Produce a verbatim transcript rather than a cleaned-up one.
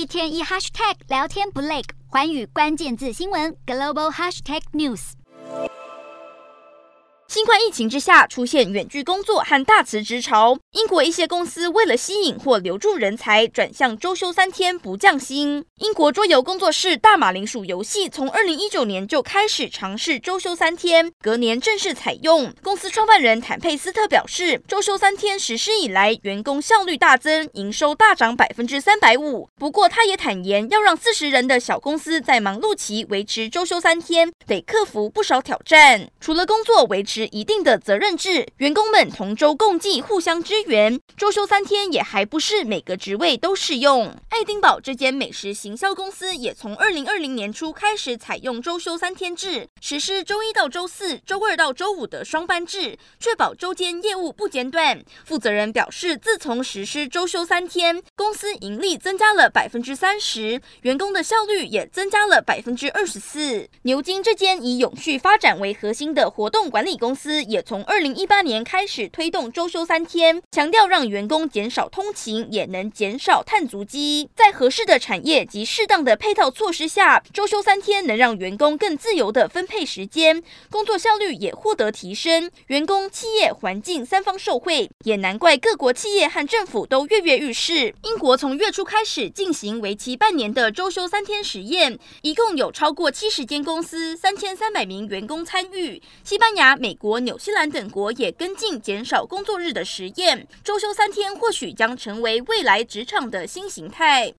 天一 hashtag 聊天不累，寰宇关键字新闻 global hashtag news。 新冠疫情之下，出现远距工作和大辞职潮。英国一些公司为了吸引或留住人才，转向周休三天不降薪。英国桌游工作室大马铃薯游戏从二零一九年就开始尝试周休三天，隔年正式采用。公司创办人坦佩斯特表示，周休三天实施以来，员工效率大增，营收大涨百分之三百五。不过，他也坦言，要让四十人的小公司在忙碌期维持周休三天，得克服不少挑战。除了工作维持一定的责任制，员工们同舟共济，互相支援。周休三天也还不是每个职位都适用。爱丁堡这间美食行销公司也从二零二零年初开始采用周休三天制，实施周一到周四、周二到周五的双班制，确保周间业务不间断。负责人表示，自从实施周休三天，公司盈利增加了百分之三十，员工的效率也增加了百分之二十四。牛津这间以永续发展为核心的活动管理公司也从二零一八年开始推动周休三天，强调让员工减少通勤，也能减少碳足迹。在合适的产业及适当的配套措施下，周休三天能让员工更自由地分配时间，工作效率也获得提升，员工、企业、环境三方受惠。也难怪各国企业和政府都跃跃欲试。英国从月初开始进行为期半年的周休三天实验，一共有超过七十间公司、三千三百名员工参与。西班牙、美国、纽西兰等国也跟进减少工作日的实验，周休三天或许将成为未来职场的新形态。